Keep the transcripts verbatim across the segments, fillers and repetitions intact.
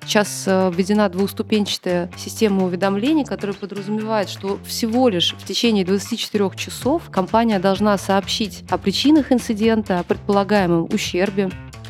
Сейчас э, введена двухступенчатая система уведомлений, которая подразумевает, что всего лишь в течение двадцати четырёх часов компания должна сообщить о причинах инцидента, о предполагаемом ущербе.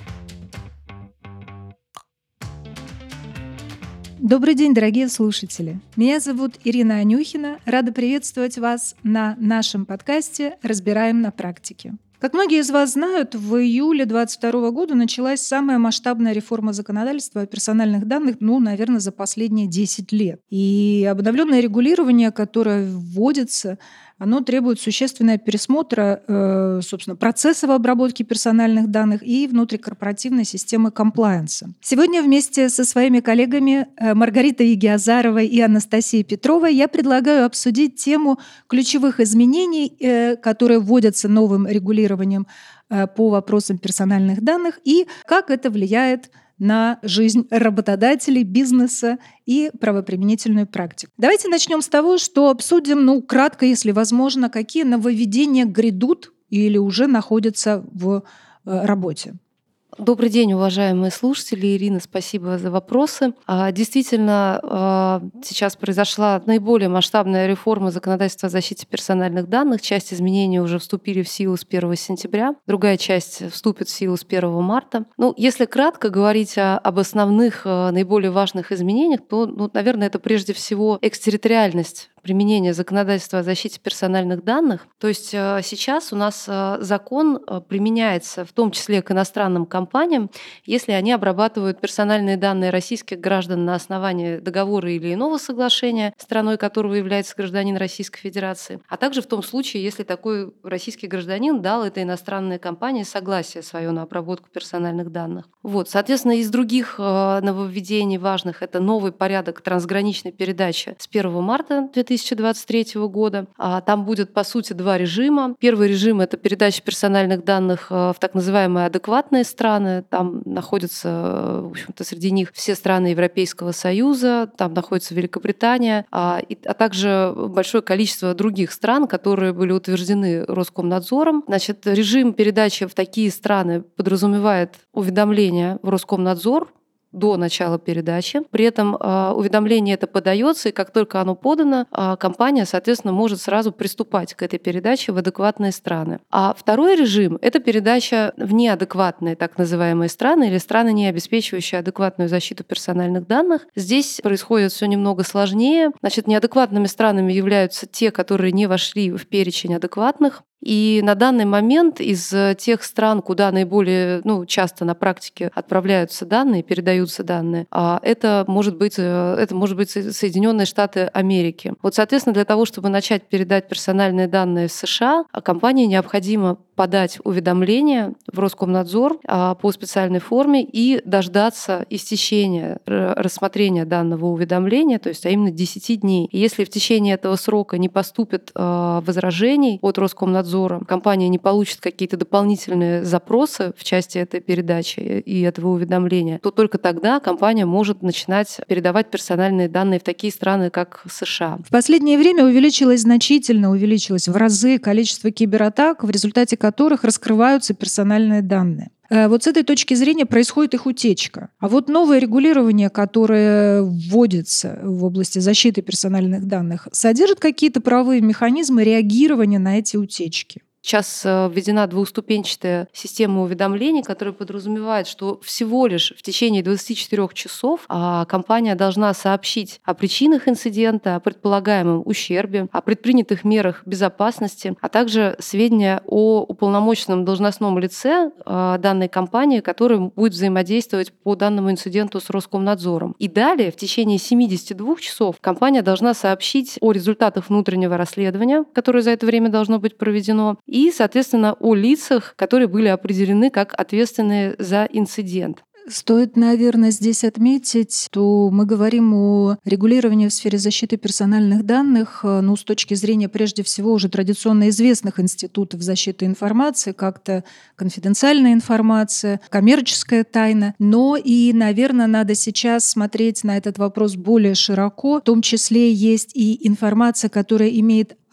Добрый день, дорогие слушатели! Меня зовут Ирина Анюхина. Рада приветствовать вас на нашем подкасте «Разбираем на практике». Как многие из вас знают, в июле две тысячи двадцать второго года началась самая масштабная реформа законодательства о персональных данных, ну, наверное, за последние десять лет. И обновленное регулирование, которое вводится, оно требует существенного пересмотра, э, собственно, процессов обработки персональных данных и внутрикорпоративной системы комплаенса. Сегодня вместе со своими коллегами э, Маргаритой Егиазаровой и Анастасией Петровой я предлагаю обсудить тему ключевых изменений, э, которые вводятся новым регулированием э, по вопросам персональных данных и как это влияет на жизнь работодателей, бизнеса и правоприменительную практику. Давайте начнем с того, что обсудим, ну, кратко, если возможно, какие нововведения грядут или уже находятся в э, работе. Добрый день, уважаемые слушатели. Ирина, спасибо за вопросы. Действительно, сейчас произошла наиболее масштабная реформа законодательства о защите персональных данных. Часть изменений уже вступили в силу с первого сентября, другая часть вступит в силу с первого марта. Ну, если кратко говорить о, об основных, наиболее важных изменениях, то, ну, наверное, это прежде всего экстерриториальность применения законодательства о защите персональных данных. То есть сейчас у нас закон применяется в том числе к иностранным компаниям, если они обрабатывают персональные данные российских граждан на основании договора или иного соглашения, страной которого является гражданин Российской Федерации, а также в том случае, если такой российский гражданин дал этой иностранной компании согласие свое на обработку персональных данных. Вот, соответственно, из других нововведений важных это новый порядок трансграничной передачи с первого марта две тысячи двадцать третьего года. Там будет, по сути, два режима. Первый режим — это передача персональных данных в так называемые адекватные страны. Там находятся, в общем-то, среди них все страны Европейского Союза, там находится Великобритания, а, и, а также большое количество других стран, которые были утверждены Роскомнадзором. Значит, режим передачи в такие страны подразумевает уведомление в Роскомнадзор до начала передачи. При этом э, уведомление это подается, и как только оно подано, э, компания, соответственно, может сразу приступать к этой передаче в адекватные страны. А второй режим — это передача в неадекватные так называемые страны или страны, не обеспечивающие адекватную защиту персональных данных. Здесь происходит все немного сложнее. Значит, неадекватными странами являются те, которые не вошли в перечень адекватных. И на данный момент из тех стран, куда наиболее ну, часто на практике отправляются данные, передаются данные, это может быть, это может быть Соединенные Штаты Америки. Вот, соответственно, для того, чтобы начать передать персональные данные в США, компании необходимо подать уведомление в Роскомнадзор по специальной форме и дождаться истечения рассмотрения данного уведомления, то есть а именно десять дней. И если в течение этого срока не поступит возражений от Роскомнадзора, компания не получит какие-то дополнительные запросы в части этой передачи и этого уведомления, то только тогда компания может начинать передавать персональные данные в такие страны, как США. В последнее время увеличилось значительно, увеличилось в разы количество кибератак, в результате которых раскрываются персональные данные. Вот с этой точки зрения происходит их утечка. А вот новое регулирование, которое вводится в области защиты персональных данных, содержит какие-то правовые механизмы реагирования на эти утечки? Сейчас введена двухступенчатая система уведомлений, которая подразумевает, что всего лишь в течение двадцати четырёх часов компания должна сообщить о причинах инцидента, о предполагаемом ущербе, о предпринятых мерах безопасности, а также сведения о уполномоченном должностном лице данной компании, который будет взаимодействовать по данному инциденту с Роскомнадзором. И далее, в течение семидесяти двух часов, компания должна сообщить о результатах внутреннего расследования, которое за это время должно быть проведено, и, соответственно, о лицах, которые были определены как ответственные за инцидент. Стоит, наверное, здесь отметить, что мы говорим о регулировании в сфере защиты персональных данных, ну, с точки зрения, прежде всего, уже традиционно известных институтов защиты информации, как-то конфиденциальная информация, коммерческая тайна. Но и, наверное, надо сейчас смотреть на этот вопрос более широко. В том числе есть и информация, которая имеет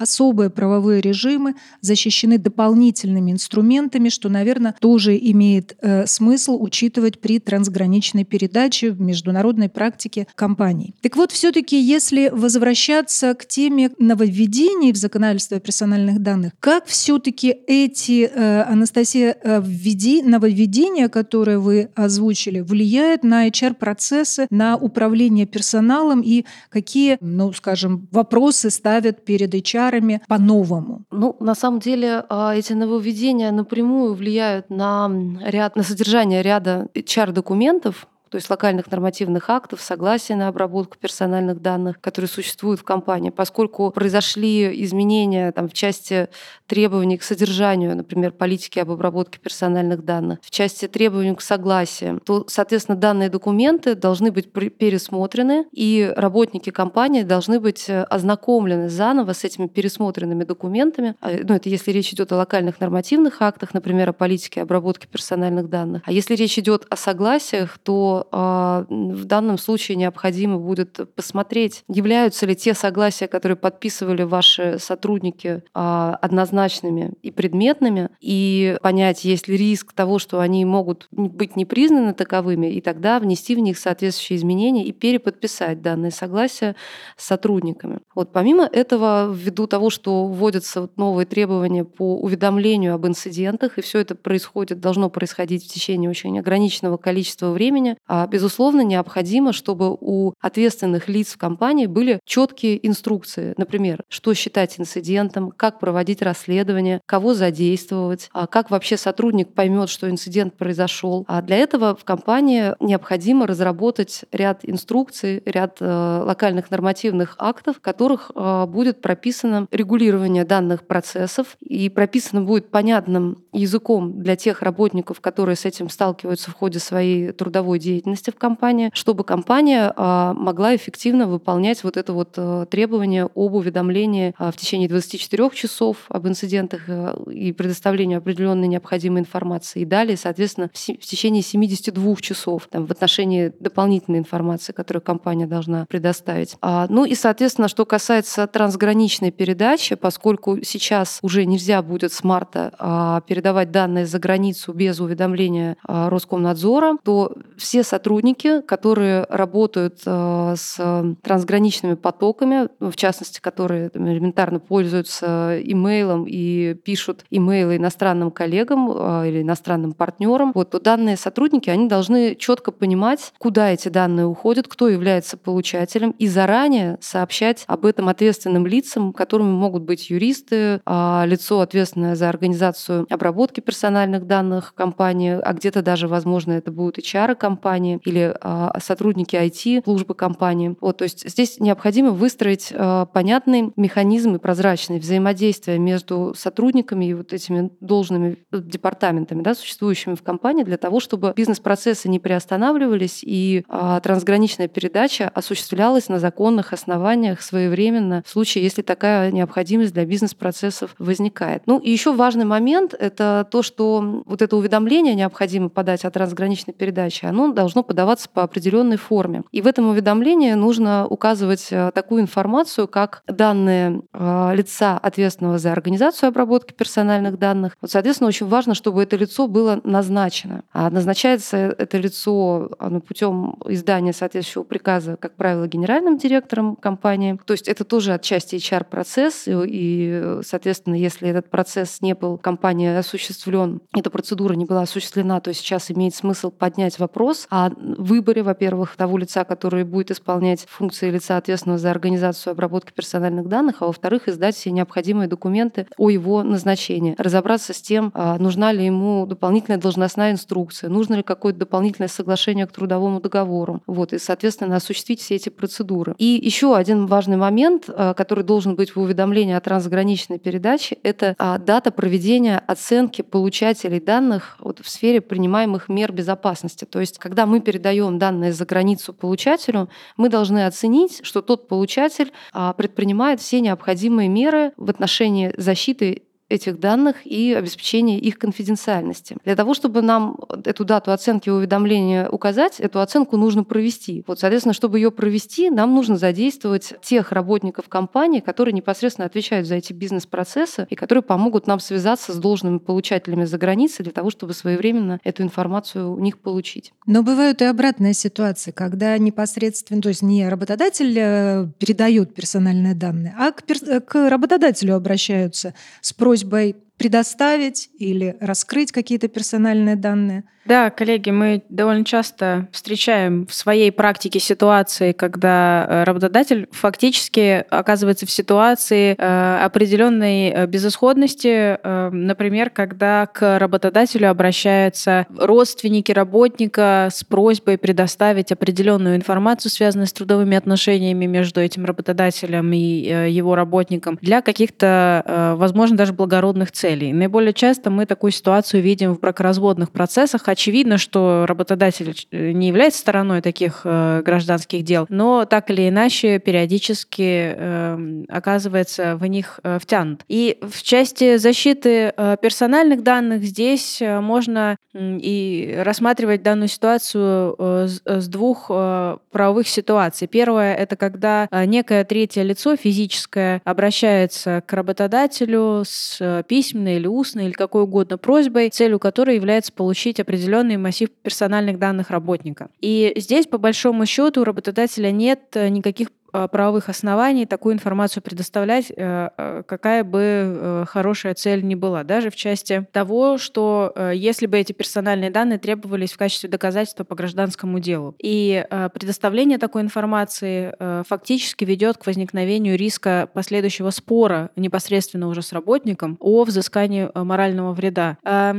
особые правовые режимы защищены дополнительными инструментами, что, наверное, тоже имеет э, смысл учитывать при трансграничной передаче в международной практике компаний. Так вот, все-таки, если возвращаться к теме нововведений в законодательство о персональных данных, как все-таки эти, э, Анастасия, э, введи, нововведения, которые вы озвучили, влияют на эйч ар-процессы, на управление персоналом и какие, ну, скажем, вопросы ставят перед эйч ар-ами по-новому? Ну, на самом деле, а, эти нововведения напрямую влияют на ряд, на содержание ряда эйч ар-документов, то есть локальных нормативных актов, согласия на обработку персональных данных, которые существуют в компании. Поскольку произошли изменения там, в части требований к содержанию, например, политики об обработке персональных данных, в части требований к согласию, то, соответственно, данные документы должны быть пересмотрены, и работники компании должны быть ознакомлены заново с этими пересмотренными документами. Ну, это если речь идет о локальных нормативных актах, например, о политике обработки персональных данных. А если речь идет о согласиях, то в данном случае необходимо будет посмотреть, являются ли те согласия, которые подписывали ваши сотрудники, однозначными и предметными, и понять, есть ли риск того, что они могут быть не признаны таковыми, и тогда внести в них соответствующие изменения и переподписать данные согласия с сотрудниками. Вот помимо этого, ввиду того, что вводятся новые требования по уведомлению об инцидентах, и все это происходит, должно происходить в течение очень ограниченного количества времени, безусловно, необходимо, чтобы у ответственных лиц в компании были четкие инструкции. Например, что считать инцидентом, как проводить расследование, кого задействовать, как вообще сотрудник поймет, что инцидент произошел. А для этого в компании необходимо разработать ряд инструкций, ряд локальных нормативных актов, в которых будет прописано регулирование данных процессов и прописано будет понятным языком для тех работников, которые с этим сталкиваются в ходе своей трудовой деятельности в компании, чтобы компания могла эффективно выполнять вот это вот требование об уведомлении в течение двадцати четырёх часов об инцидентах и предоставлению определенной необходимой информации. И далее, соответственно, в течение семидесяти двух часов там, в отношении дополнительной информации, которую компания должна предоставить. Ну и, соответственно, что касается трансграничной передачи, поскольку сейчас уже нельзя будет с марта передавать данные за границу без уведомления Роскомнадзора, то все сотрудники, которые работают с трансграничными потоками, в частности, которые там, элементарно пользуются имейлом и пишут имейлы иностранным коллегам или иностранным партнерам, вот, то данные сотрудники, они должны четко понимать, куда эти данные уходят, кто является получателем, и заранее сообщать об этом ответственным лицам, которыми могут быть юристы, лицо, ответственное за организацию обработки персональных данных компании, а где-то даже, возможно, это будут эйч ар компании, или а, сотрудники ай ти-службы компании. Вот, то есть здесь необходимо выстроить а, понятный механизм и прозрачное взаимодействие между сотрудниками и вот этими должными департаментами, да, существующими в компании, для того, чтобы бизнес-процессы не приостанавливались и а, трансграничная передача осуществлялась на законных основаниях своевременно в случае, если такая необходимость для бизнес-процессов возникает. Ну и еще важный момент — это то, что вот это уведомление необходимо подать о трансграничной передаче, оно должно подаваться по определенной форме. И в этом уведомлении нужно указывать такую информацию, как данные лица, ответственного за организацию обработки персональных данных. Вот, соответственно, очень важно, чтобы это лицо было назначено. А назначается это лицо путем издания соответствующего приказа, как правило, генеральным директором компании. То есть это тоже отчасти эйч ар-процесс, и, соответственно, если этот процесс не был в компании осуществлен, эта процедура не была осуществлена, то сейчас имеет смысл поднять вопрос о выборе, во-первых, того лица, который будет исполнять функции лица, ответственного за организацию обработки персональных данных, а во-вторых, издать все необходимые документы о его назначении, разобраться с тем, нужна ли ему дополнительная должностная инструкция, нужно ли какое-то дополнительное соглашение к трудовому договору, вот, и, соответственно, осуществить все эти процедуры. И еще один важный момент, который должен быть в уведомлении о трансграничной передаче, это дата проведения оценки получателей данных вот, в сфере принимаемых мер безопасности. То есть, когда мы передаем данные за границу получателю, мы должны оценить, что тот получатель предпринимает все необходимые меры в отношении защиты этих данных и обеспечение их конфиденциальности. Для того, чтобы нам эту дату оценки и уведомления указать, эту оценку нужно провести. Вот, соответственно, чтобы ее провести, нам нужно задействовать тех работников компании, которые непосредственно отвечают за эти бизнес-процессы и которые помогут нам связаться с должными получателями за границей для того, чтобы своевременно эту информацию у них получить. Но бывают и обратные ситуации, когда непосредственно, то есть не работодатель э, передает персональные данные, а к, перс- к работодателю обращаются с просьбой предоставить или раскрыть какие-то персональные данные. Да, коллеги, мы довольно часто встречаем в своей практике ситуации, когда работодатель фактически оказывается в ситуации определенной безысходности, например, когда к работодателю обращаются родственники работника с просьбой предоставить определенную информацию, связанную с трудовыми отношениями между этим работодателем и его работником, для каких-то, возможно, даже благородных целей. Наиболее часто мы такую ситуацию видим в бракоразводных процессах. Очевидно, что работодатель не является стороной таких э, гражданских дел, но так или иначе периодически э, оказывается в них э, втянут. И в части защиты э, персональных данных здесь э, можно э, и рассматривать данную ситуацию э, с, с двух э, правовых ситуаций. Первое — это когда э, некое третье лицо физическое обращается к работодателю с э, письменной или устной или какой угодно просьбой, целью которой является получить определенную определенный массив персональных данных работника. И здесь, по большому счету, у работодателя нет никаких правовых оснований такую информацию предоставлять, какая бы хорошая цель ни была, даже в части того, что если бы эти персональные данные требовались в качестве доказательства по гражданскому делу. И предоставление такой информации фактически ведет к возникновению риска последующего спора непосредственно уже с работником о взыскании морального вреда.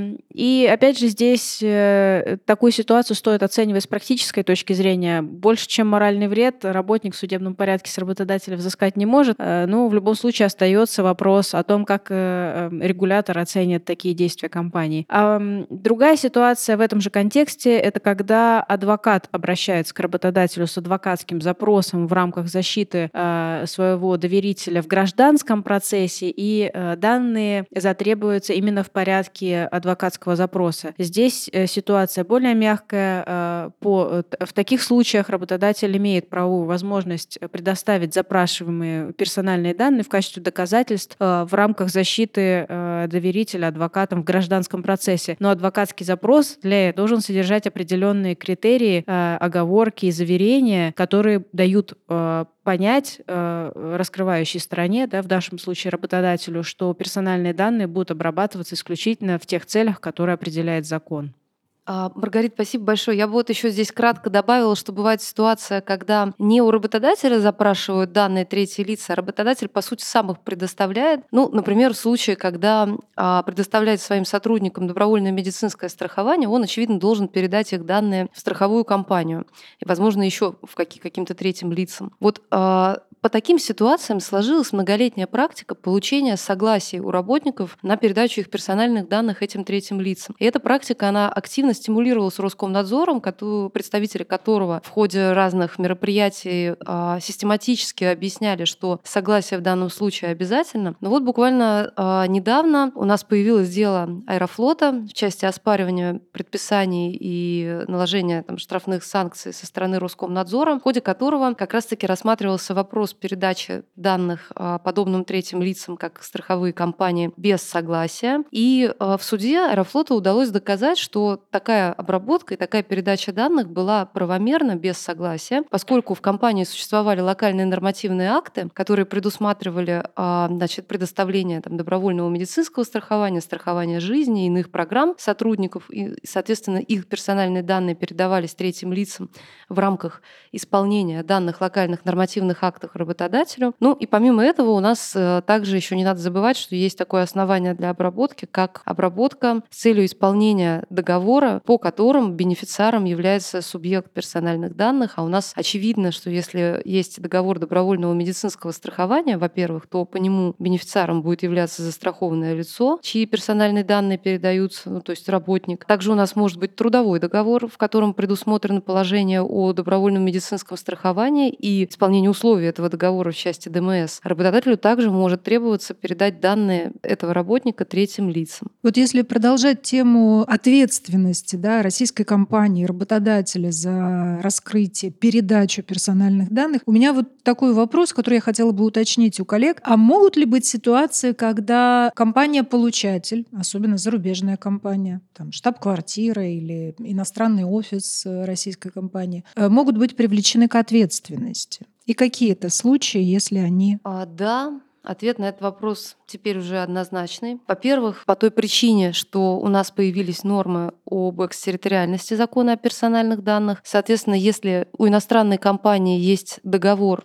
И опять же здесь такую ситуацию стоит оценивать с практической точки зрения. Больше, чем моральный вред, работник в судебном порядке с работодателя взыскать не может. Но в любом случае остается вопрос о том, как регулятор оценит такие действия компании. А другая ситуация в этом же контексте — это когда адвокат обращается к работодателю с адвокатским запросом в рамках защиты своего доверителя в гражданском процессе, и данные затребуются именно в порядке адвокатского запроса. Здесь ситуация более мягкая. По, в таких случаях работодатель имеет правовую возможность предоставить запрашиваемые персональные данные в качестве доказательств в рамках защиты доверителя адвокатом в гражданском процессе. Но адвокатский запрос для должен содержать определенные критерии, оговорки и заверения, которые дают понять раскрывающей стороне, да, в нашем случае работодателю, что персональные данные будут обрабатываться исключительно в тех целях, которые определяет закон. Маргарита, спасибо большое. Я бы вот еще здесь кратко добавила, что бывает ситуация, когда не у работодателя запрашивают данные третьи лица, а работодатель, по сути, сам их предоставляет. Ну, например, в случае, когда предоставляет своим сотрудникам добровольное медицинское страхование, он, очевидно, должен передать их данные в страховую компанию и, возможно, еще в какие- каким-то третьим лицам. Вот по таким ситуациям сложилась многолетняя практика получения согласия у работников на передачу их персональных данных этим третьим лицам. И эта практика, она активно стимулировалась Роскомнадзором, представители которого в ходе разных мероприятий систематически объясняли, что согласие в данном случае обязательно. Но вот буквально недавно у нас появилось дело Аэрофлота в части оспаривания предписаний и наложения там, штрафных санкций со стороны Роскомнадзора, в ходе которого как раз-таки рассматривался вопрос передачи данных подобным третьим лицам, как страховые компании, без согласия. И в суде Аэрофлоту удалось доказать, что такая обработка и такая передача данных была правомерна без согласия, поскольку в компании существовали локальные нормативные акты, которые предусматривали значит, предоставление там, добровольного медицинского страхования, страхования жизни, иных программ сотрудников, и, соответственно, их персональные данные передавались третьим лицам в рамках исполнения данных локальных нормативных актов работодателю. Ну и помимо этого у нас также еще не надо забывать, что есть такое основание для обработки, как обработка с целью исполнения договора, по которым бенефициаром является субъект персональных данных. А у нас очевидно, что если есть договор добровольного медицинского страхования, во-первых, то по нему бенефициаром будет являться застрахованное лицо, чьи персональные данные передаются, ну, то есть работник. Также у нас может быть трудовой договор, в котором предусмотрено положение о добровольном медицинском страховании, и исполнение условий этого договора в части ДМС, работодателю также может требоваться передать данные этого работника третьим лицам. Вот если продолжать тему ответственности, да, российской компании, работодателя за раскрытие, передачу персональных данных, у меня вот такой вопрос, который я хотела бы уточнить у коллег. А могут ли быть ситуации, когда компания-получатель, особенно зарубежная компания, там, штаб-квартира или иностранный офис российской компании, могут быть привлечены к ответственности? И какие это случаи, если они... А, да, ответ на этот вопрос теперь уже однозначный. Во-первых, по той причине, что у нас появились нормы об экстерриториальности закона о персональных данных. Соответственно, если у иностранной компании есть договор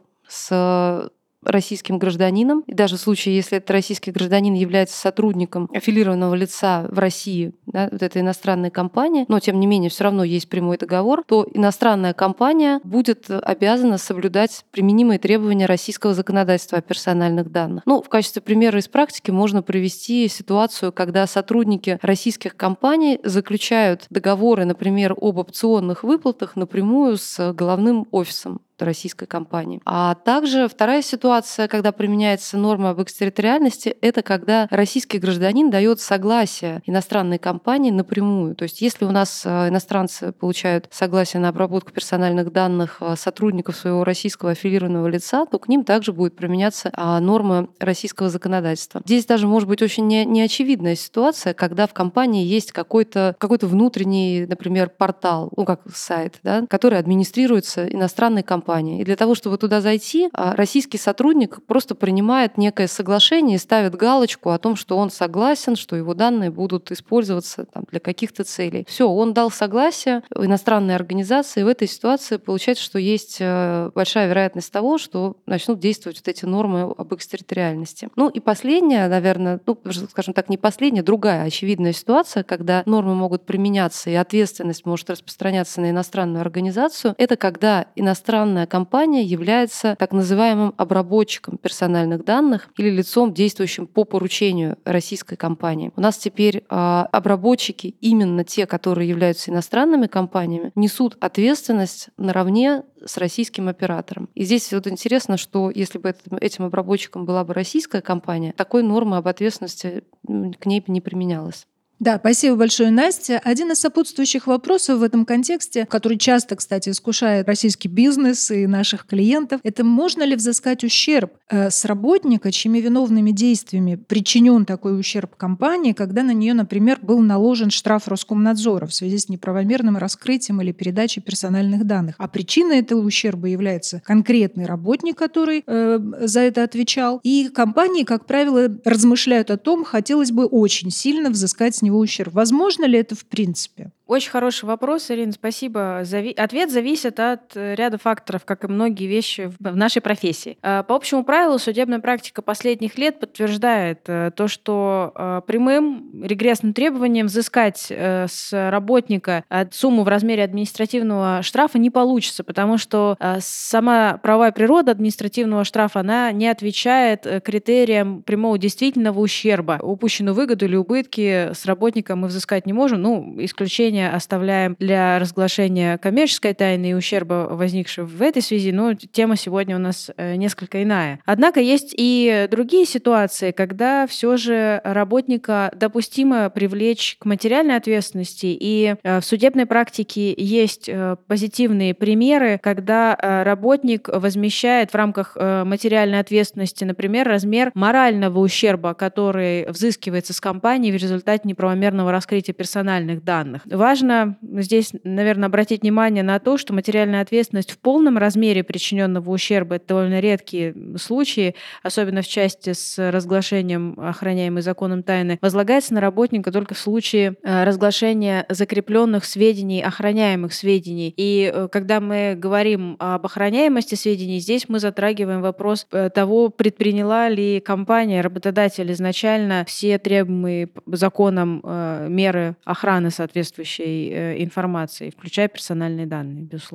с российским гражданином, и даже в случае, если этот российский гражданин является сотрудником аффилированного лица в России, да, вот этой иностранной компании, но тем не менее все равно есть прямой договор, то иностранная компания будет обязана соблюдать применимые требования российского законодательства о персональных данных. Ну, в качестве примера из практики можно привести ситуацию, когда сотрудники российских компаний заключают договоры, например, об опционных выплатах напрямую с головным офисом российской компании. А также вторая ситуация, когда применяется норма об экстерриториальности, это когда российский гражданин дает согласие иностранной компании напрямую. То есть если у нас иностранцы получают согласие на обработку персональных данных сотрудников своего российского аффилированного лица, то к ним также будет применяться нормы российского законодательства. Здесь даже может быть очень не, неочевидная ситуация, когда в компании есть какой-то, какой-то внутренний, например, портал, ну как сайт, да, который администрируется иностранной компанией. И для того, чтобы туда зайти, российский сотрудник просто принимает некое соглашение и ставит галочку о том, что он согласен, что его данные будут использоваться там, для каких-то целей. Все, он дал согласие в иностранной организации. И в этой ситуации получается, что есть большая вероятность того, что начнут действовать вот эти нормы об экстерриториальности. Ну и последняя, наверное, ну, скажем так, не последняя, другая очевидная ситуация, когда нормы могут применяться и ответственность может распространяться на иностранную организацию, это когда иностранная компания является так называемым обработчиком персональных данных или лицом, действующим по поручению российской компании. У нас теперь э, обработчики, именно те, которые являются иностранными компаниями, несут ответственность наравне с российским оператором. И здесь вот интересно, что если бы этим обработчиком была бы российская компания, такой нормы об ответственности к ней бы не применялось. Да, спасибо большое, Настя. Один из сопутствующих вопросов в этом контексте, который часто, кстати, искушает российский бизнес и наших клиентов, это можно ли взыскать ущерб с работника, чьими виновными действиями причинен такой ущерб компании, когда на нее, например, был наложен штраф Роскомнадзора в связи с неправомерным раскрытием или передачей персональных данных. А причиной этого ущерба является конкретный работник, который э, за это отвечал. И компании, как правило, размышляют о том, хотелось бы очень сильно взыскать с него ущерб. Возможно ли это в принципе? Очень хороший вопрос, Ирина, спасибо. Зави... Ответ зависит от ряда факторов, как и многие вещи в нашей профессии. По общему правилу, судебная практика последних лет подтверждает то, что прямым регрессным требованием взыскать с работника сумму в размере административного штрафа не получится, потому что сама правовая природа административного штрафа, она не отвечает критериям прямого действительного ущерба. Упущенную выгоду или убытки с работника мы взыскать не можем, ну, исключение оставляем для разглашения коммерческой тайны и ущерба, возникшего в этой связи, но тема сегодня у нас несколько иная. Однако есть и другие ситуации, когда все же работника допустимо привлечь к материальной ответственности, и в судебной практике есть позитивные примеры, когда работник возмещает в рамках материальной ответственности, например, размер морального ущерба, который взыскивается с компании в результате неправомерного раскрытия персональных данных. Важно здесь, наверное, обратить внимание на то, что материальная ответственность в полном размере причиненного ущерба — это довольно редкие случаи, особенно в части с разглашением охраняемой законом тайны, возлагается на работника только в случае разглашения закрепленных сведений, охраняемых сведений. И когда мы говорим об охраняемости сведений, здесь мы затрагиваем вопрос того, предприняла ли компания, работодатель изначально все требуемые законом меры охраны соответствующей информации, включая персональные данные, безусловно.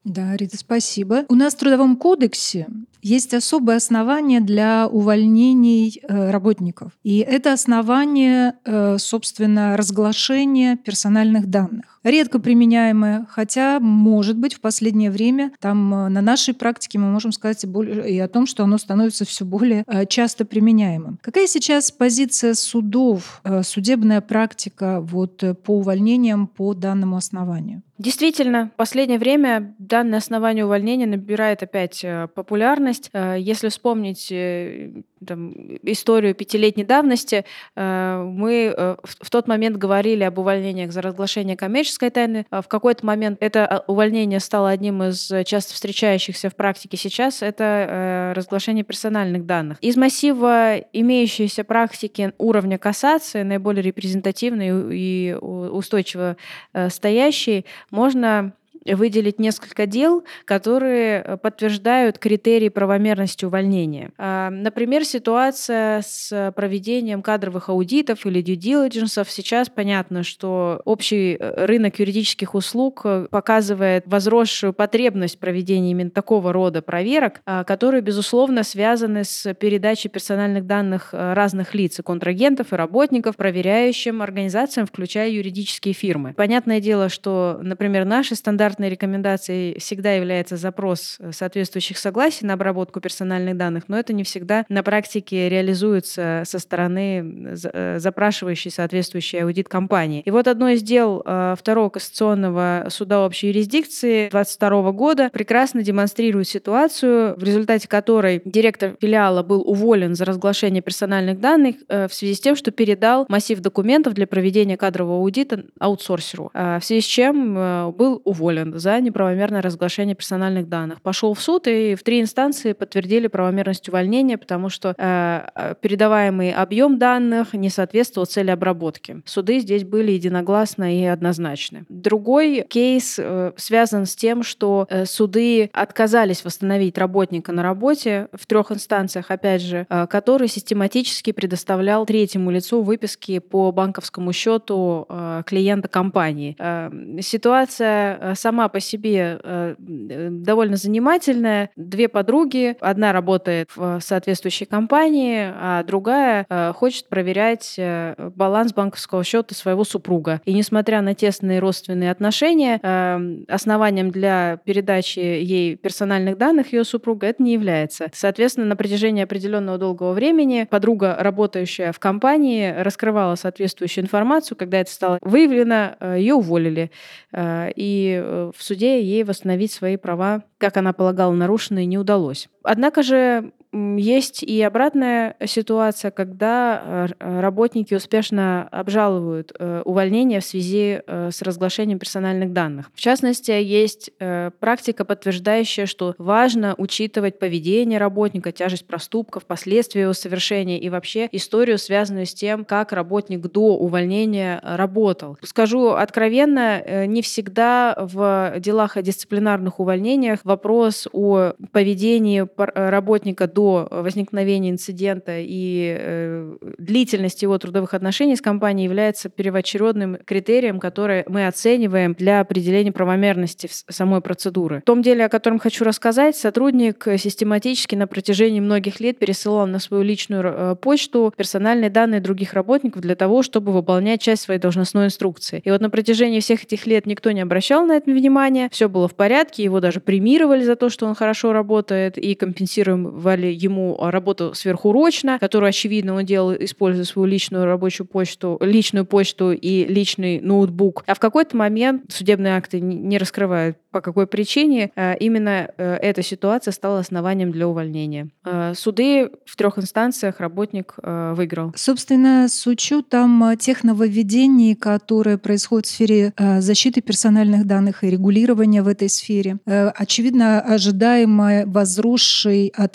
Да, Рита, спасибо. У нас в Трудовом кодексе есть особое основание для увольнений э, работников. И это основание, э, собственно, разглашения персональных данных. Редко применяемое, хотя, может быть, в последнее время там э, на нашей практике мы можем сказать и, более, и о том, что оно становится все более э, часто применяемым. Какая сейчас позиция судов, э, судебная практика вот, э, по увольнениям по данному основанию? Действительно, в последнее время данное основание увольнения набирает опять э, популярность. Э, Если вспомнить э, там, историю пятилетней давности, э, мы э, в в тот момент говорили об увольнениях за разглашение коммерческой тайны. А В какой-то момент это э, увольнение стало одним из э, часто встречающихся в практике сейчас. Это э, разглашение персональных данных. Из массива имеющейся практики уровня кассации, наиболее репрезентативной и у- устойчиво э, стоящей, можно выделить несколько дел, которые э, подтверждают критерии правомерности увольнения. А, Например, ситуация с проведением кадровых аудитов или due diligence. Сейчас понятно, что общий э, рынок юридических услуг э, показывает возросшую потребность проведения именно такого рода проверок, а, которые, безусловно, связаны с передачей персональных данных э, разных лиц, и контрагентов, и работников, проверяющим организациям, включая юридические фирмы. Понятное дело, что, например, наши стандартные рекомендации всегда является запрос соответствующих согласий на обработку персональных данных, но это не всегда на практике реализуется со стороны за- запрашивающей соответствующей аудит компании. И вот одно из дел э, Второго кассационного суда общей юрисдикции две тысячи двадцать второго года прекрасно демонстрирует ситуацию, в результате которой директор филиала был уволен за разглашение персональных данных э, в связи с тем, что передал массив документов для проведения кадрового аудита аутсорсеру, э, в связи с чем э, был уволен за неправомерное разглашение персональных данных. Пошел в суд, и в три инстанции подтвердили правомерность увольнения, потому что э, передаваемый объем данных не соответствовал цели обработки. Суды здесь были единогласны и однозначны. Другой кейс э, связан с тем, что э, суды отказались восстановить работника на работе в трех инстанциях, опять же, э, который систематически предоставлял третьему лицу выписки по банковскому счету э, клиента компании. Э, ситуация э, сама по себе э, довольно занимательная. Две подруги, одна работает в соответствующей компании, а другая э, хочет проверять э, баланс банковского счета своего супруга. И несмотря на тесные родственные отношения, э, основанием для передачи ей персональных данных ее супруга это не является. Соответственно, на протяжении определенного долгого времени подруга, работающая в компании, раскрывала соответствующую информацию. Когда это стало выявлено, э, ее уволили. Э, И э, в суде ей восстановить свои права, как она полагала, нарушенные, не удалось. Однако же м, есть и обратная ситуация, когда э, работники успешно обжалуют э, увольнение в связи э, с разглашением персональных данных. В частности, есть э, практика, подтверждающая, что важно учитывать поведение работника, тяжесть проступков, последствия его совершения и вообще историю, связанную с тем, как работник до увольнения работал. Скажу откровенно, э, не всегда в делах о дисциплинарных увольнениях вопрос о поведении работника до возникновения инцидента и э, длительности его трудовых отношений с компанией является первоочередным критерием, который мы оцениваем для определения правомерности самой процедуры. В том деле, о котором хочу рассказать, сотрудник систематически на протяжении многих лет пересылал на свою личную почту персональные данные других работников для того, чтобы выполнять часть своей должностной инструкции. И вот на протяжении всех этих лет никто не обращал на это внимания, все было в порядке, его даже премировали за то, что он хорошо работает, и компенсировали ему работу сверхурочно, которую, очевидно, он делал, используя свою личную рабочую почту, личную почту и личный ноутбук. А в какой-то момент судебные акты не раскрывают, по какой причине именно эта ситуация стала основанием для увольнения. Суды в трех инстанциях работник выиграл. Собственно, с учетом тех нововведений, которые происходят в сфере защиты персональных данных и регулирования в этой сфере, очевидно, ожидаемой возросшей ответственности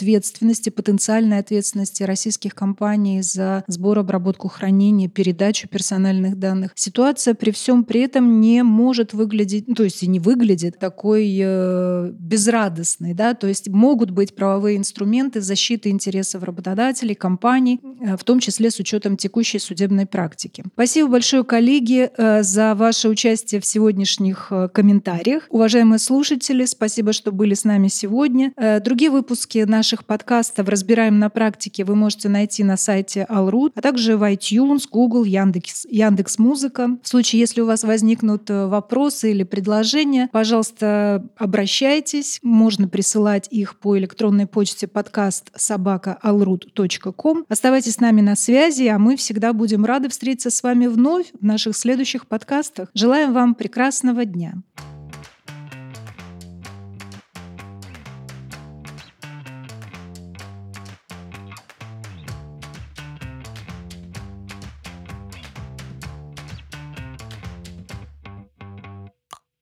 ответственности, потенциальной ответственности российских компаний за сбор, обработку, хранение, передачу персональных данных. Ситуация при всем при этом не может выглядеть, ну, то есть и не выглядит такой э, безрадостной, да, то есть могут быть правовые инструменты защиты интересов работодателей, компаний, э, в том числе с учетом текущей судебной практики. Спасибо большое, коллеги, э, за ваше участие в сегодняшних э, комментариях. Уважаемые слушатели, спасибо, что были с нами сегодня. Э, другие выпуски наших подкастов «Разбираем на практике» вы можете найти на сайте Allroot, а также в iTunes, Google, Яндекс, Яндекс.Музыка. В случае, если у вас возникнут вопросы или предложения, пожалуйста, обращайтесь. Можно присылать их по электронной почте подкаст собака allroot точка ком. Оставайтесь с нами на связи, а мы всегда будем рады встретиться с вами вновь в наших следующих подкастах. Желаем вам прекрасного дня.